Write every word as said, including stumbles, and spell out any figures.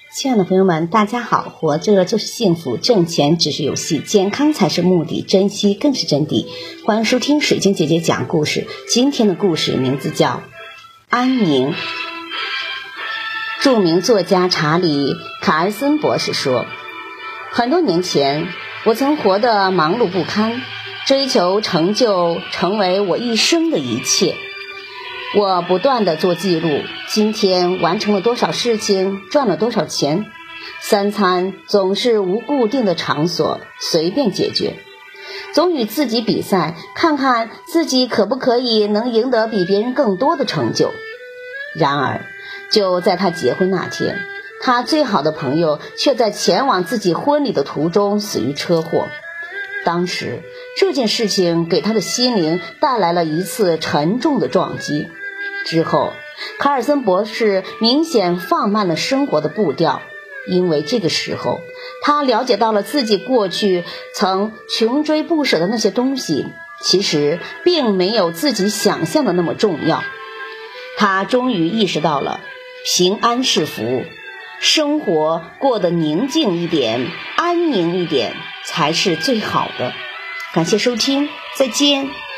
亲爱的朋友们，大家好！活着就是幸福，挣钱只是游戏，健康才是目的，珍惜更是真谛。欢迎收听水晶姐姐讲故事。今天的故事名字叫《安宁》。著名作家查理·卡尔森博士说，很多年前，我曾活得忙碌不堪，追求成就成为我一生的一切。我不断地做记录，今天完成了多少事情，赚了多少钱。三餐总是无固定的场所，随便解决。总与自己比赛，看看自己可不可以能赢得比别人更多的成就。然而，就在他结婚那天，他最好的朋友却在前往自己婚礼的途中死于车祸。当时，这件事情给他的心灵带来了一次沉重的撞击。之后，卡尔森博士明显放慢了生活的步调，因为这个时候，他了解到了自己过去曾穷追不舍的那些东西，其实并没有自己想象的那么重要。他终于意识到了，平安是福，生活过得宁静一点，安宁一点，才是最好的。感谢收听，再见。